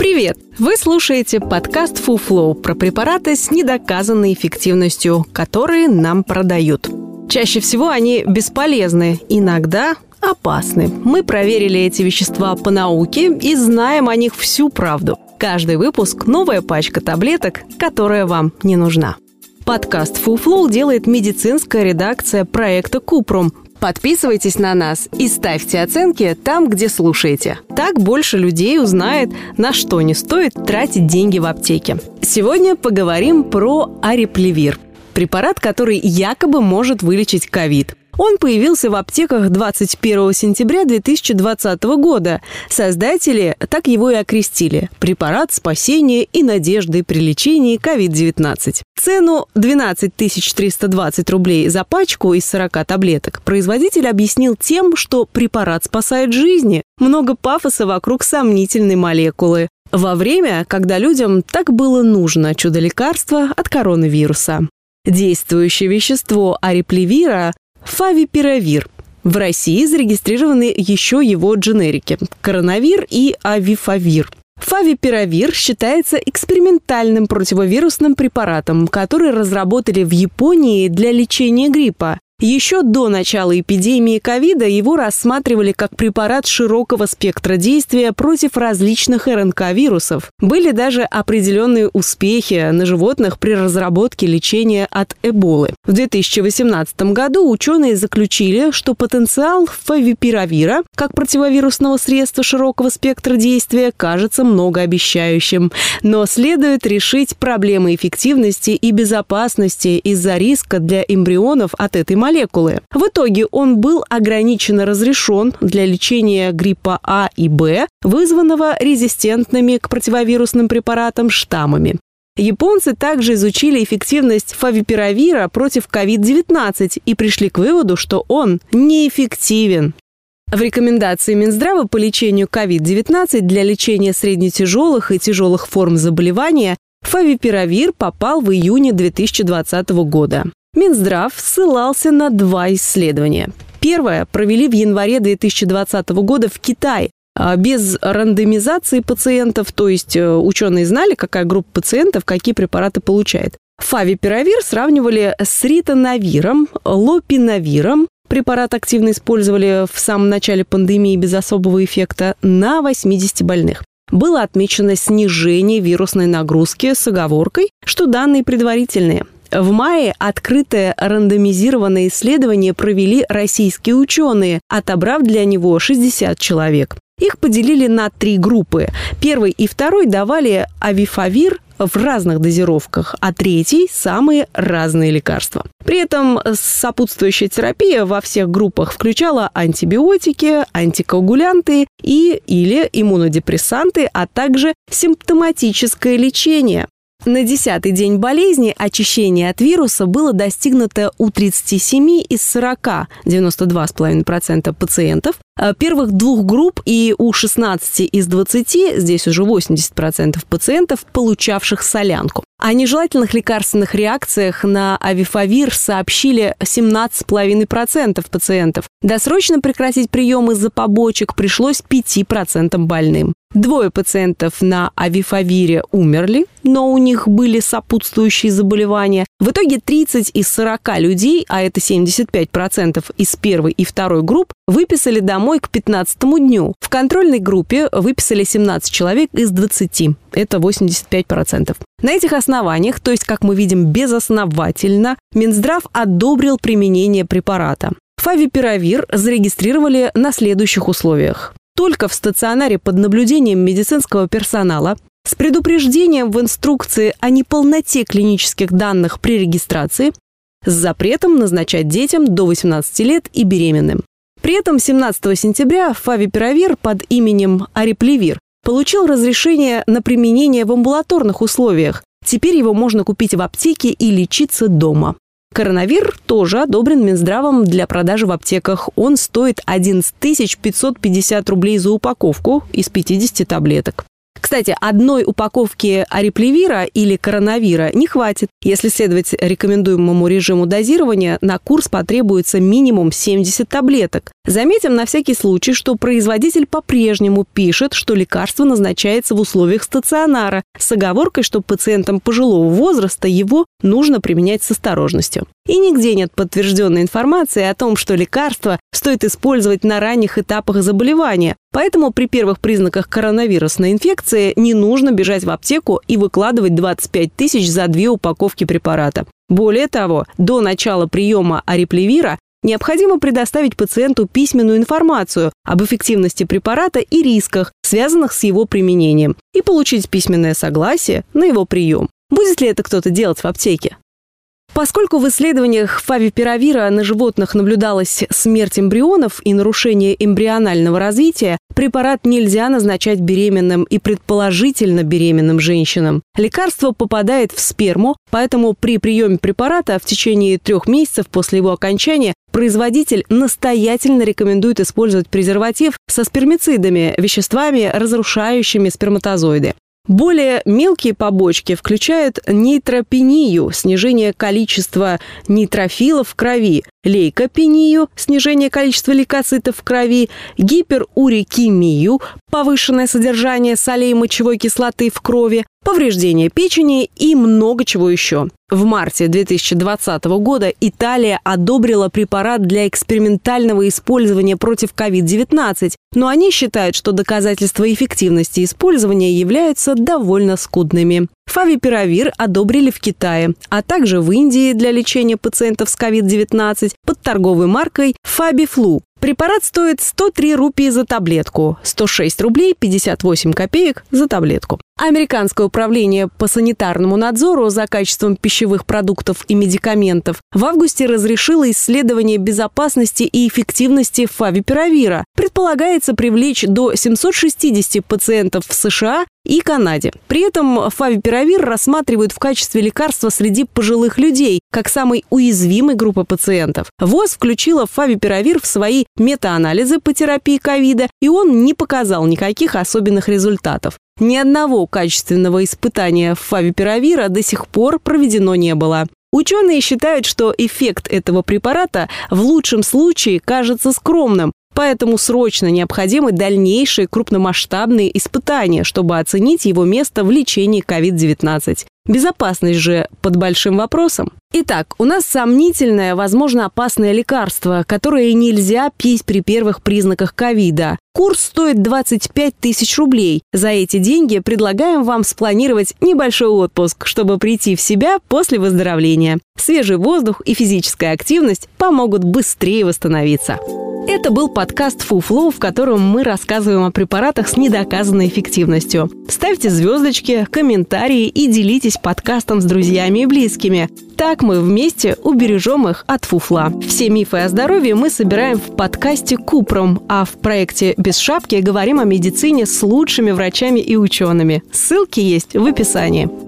Привет! Вы слушаете подкаст Фуфлоу про препараты с недоказанной эффективностью, которые нам продают. Чаще всего они бесполезны, иногда опасны. Мы проверили эти вещества по науке и знаем о них всю правду. Каждый выпуск – новая пачка таблеток, которая вам не нужна. Подкаст Фуфлоу делает медицинская редакция проекта Купрум. Подписывайтесь на нас и ставьте оценки там, где слушаете. Так больше людей узнает, на что не стоит тратить деньги в аптеке. Сегодня поговорим про Ареплевир. Препарат, который якобы может вылечить ковид. Он появился в аптеках 21 сентября 2020 года. Создатели так его и окрестили – препарат спасения и надежды при лечении COVID-19. Цену 12 320 рублей за пачку из 40 таблеток производитель объяснил тем, что препарат спасает жизни. Много пафоса вокруг сомнительной молекулы. Во время, когда людям так было нужно чудо-лекарство от коронавируса. Действующее вещество Ареплевира – фавипиравир. В России зарегистрированы еще его дженерики – коронавир и авифавир. Фавипиравир считается экспериментальным противовирусным препаратом, который разработали в Японии для лечения гриппа. Еще до начала эпидемии ковида его рассматривали как препарат широкого спектра действия против различных РНК-вирусов. Были даже определенные успехи на животных при разработке лечения от Эболы. В 2018 году ученые заключили, что потенциал фавипиравира как противовирусного средства широкого спектра действия кажется многообещающим. Но следует решить проблемы эффективности и безопасности из-за риска для эмбрионов от этой молекулы. В итоге он был ограниченно разрешен для лечения гриппа А и Б, вызванного резистентными к противовирусным препаратам штаммами. Японцы также изучили эффективность фавипиравира против COVID-19 и пришли к выводу, что он неэффективен. В рекомендации Минздрава по лечению COVID-19 для лечения среднетяжелых и тяжелых форм заболевания фавипиравир попал в июне 2020 года. Минздрав ссылался на два исследования. Первое провели в январе 2020 года в Китае. Без рандомизации пациентов, то есть ученые знали, какая группа пациентов какие препараты получает. Фавипиравир сравнивали с ритонавиром, лопинавиром. Препарат активно использовали в самом начале пандемии без особого эффекта на 80 больных. Было отмечено снижение вирусной нагрузки с оговоркой, что данные предварительные. В мае открытое рандомизированное исследование провели российские ученые, отобрав для него 60 человек. Их поделили на 3 группы. Первый и второй давали авифавир в разных дозировках, а третий – самые разные лекарства. При этом сопутствующая терапия во всех группах включала антибиотики, антикоагулянты или иммунодепрессанты, а также симптоматическое лечение. На 10-й день болезни очищение от вируса было достигнуто у 37 из 40, 92,5% пациентов, первых 2 групп и у 16 из 20, здесь уже 80% пациентов, получавших солянку. О нежелательных лекарственных реакциях на авифавир сообщили 17,5% пациентов. Досрочно прекратить прием из-за побочек пришлось 5% больным. 2 пациентов на авифавире умерли, но у них были сопутствующие заболевания. В итоге 30 из 40 людей, а это 75% из первой и второй групп, выписали домой к 15-му дню. В контрольной группе выписали 17 человек из 20. Это 85%. На этих основаниях, то есть, как мы видим, безосновательно, Минздрав одобрил применение препарата. Фавипиравир зарегистрировали на следующих условиях. Только в стационаре под наблюдением медицинского персонала, с предупреждением в инструкции о неполноте клинических данных при регистрации, с запретом назначать детям до 18 лет и беременным. При этом 17 сентября фавипиравир под именем Ареплевир получил разрешение на применение в амбулаторных условиях. Теперь его можно купить в аптеке и лечиться дома. Коронавир тоже одобрен Минздравом для продажи в аптеках. Он стоит 11 550 рублей за упаковку из 50 таблеток. Кстати, одной упаковки ареплевира или коронавира не хватит. Если следовать рекомендуемому режиму дозирования, на курс потребуется минимум 70 таблеток. Заметим на всякий случай, что производитель по-прежнему пишет, что лекарство назначается в условиях стационара, с оговоркой, что пациентам пожилого возраста его нужно применять с осторожностью. И нигде нет подтвержденной информации о том, что лекарство стоит использовать на ранних этапах заболевания. Поэтому при первых признаках коронавирусной инфекции не нужно бежать в аптеку и выкладывать 25 тысяч за 2 упаковки препарата. Более того, до начала приема ареплевира необходимо предоставить пациенту письменную информацию об эффективности препарата и рисках, связанных с его применением, и получить письменное согласие на его прием. Будет ли это кто-то делать в аптеке? Поскольку в исследованиях фавипиравира на животных наблюдалась смерть эмбрионов и нарушение эмбрионального развития, препарат нельзя назначать беременным и предположительно беременным женщинам. Лекарство попадает в сперму, поэтому при приеме препарата в течение 3 месяцев после его окончания производитель настоятельно рекомендует использовать презерватив со спермицидами, веществами, разрушающими сперматозоиды. Более мелкие побочки включают нейтропению, снижение количества нейтрофилов в крови, лейкопению, снижение количества лейкоцитов в крови, гиперурикемию, повышенное содержание солей мочевой кислоты в крови, повреждение печени и много чего еще. В марте 2020 года Италия одобрила препарат для экспериментального использования против COVID-19, но они считают, что доказательства эффективности использования являются довольно скудными. Фавипиравир одобрили в Китае, а также в Индии для лечения пациентов с COVID-19 под торговой маркой Фабифлу. Препарат стоит 103 рупии за таблетку, 106 рублей 58 копеек за таблетку. Американское управление по санитарному надзору за качеством пищевых продуктов и медикаментов в августе разрешило исследование безопасности и эффективности фавипиравира. Предполагается привлечь до 760 пациентов в США и Канаде. При этом фавипиравир рассматривают в качестве лекарства среди пожилых людей, как самой уязвимой группы пациентов. ВОЗ включила фавипиравир в свои метаанализы по терапии ковида, и он не показал никаких особенных результатов. Ни одного качественного испытания фавипиравира до сих пор проведено не было. Ученые считают, что эффект этого препарата в лучшем случае кажется скромным, поэтому срочно необходимы дальнейшие крупномасштабные испытания, чтобы оценить его место в лечении COVID-19. Безопасность же под большим вопросом. Итак, у нас сомнительное, возможно, опасное лекарство, которое нельзя пить при первых признаках ковида. Курс стоит 25 тысяч рублей. За эти деньги предлагаем вам спланировать небольшой отпуск, чтобы прийти в себя после выздоровления. Свежий воздух и физическая активность помогут быстрее восстановиться. Это был подкаст «Фуфло», в котором мы рассказываем о препаратах с недоказанной эффективностью. Ставьте звездочки, комментарии и делитесь подкастом с друзьями и близкими. Так мы вместе убережем их от фуфла. Все мифы о здоровье мы собираем в подкасте «Купром», а в проекте «Без шапки» говорим о медицине с лучшими врачами и учеными. Ссылки есть в описании.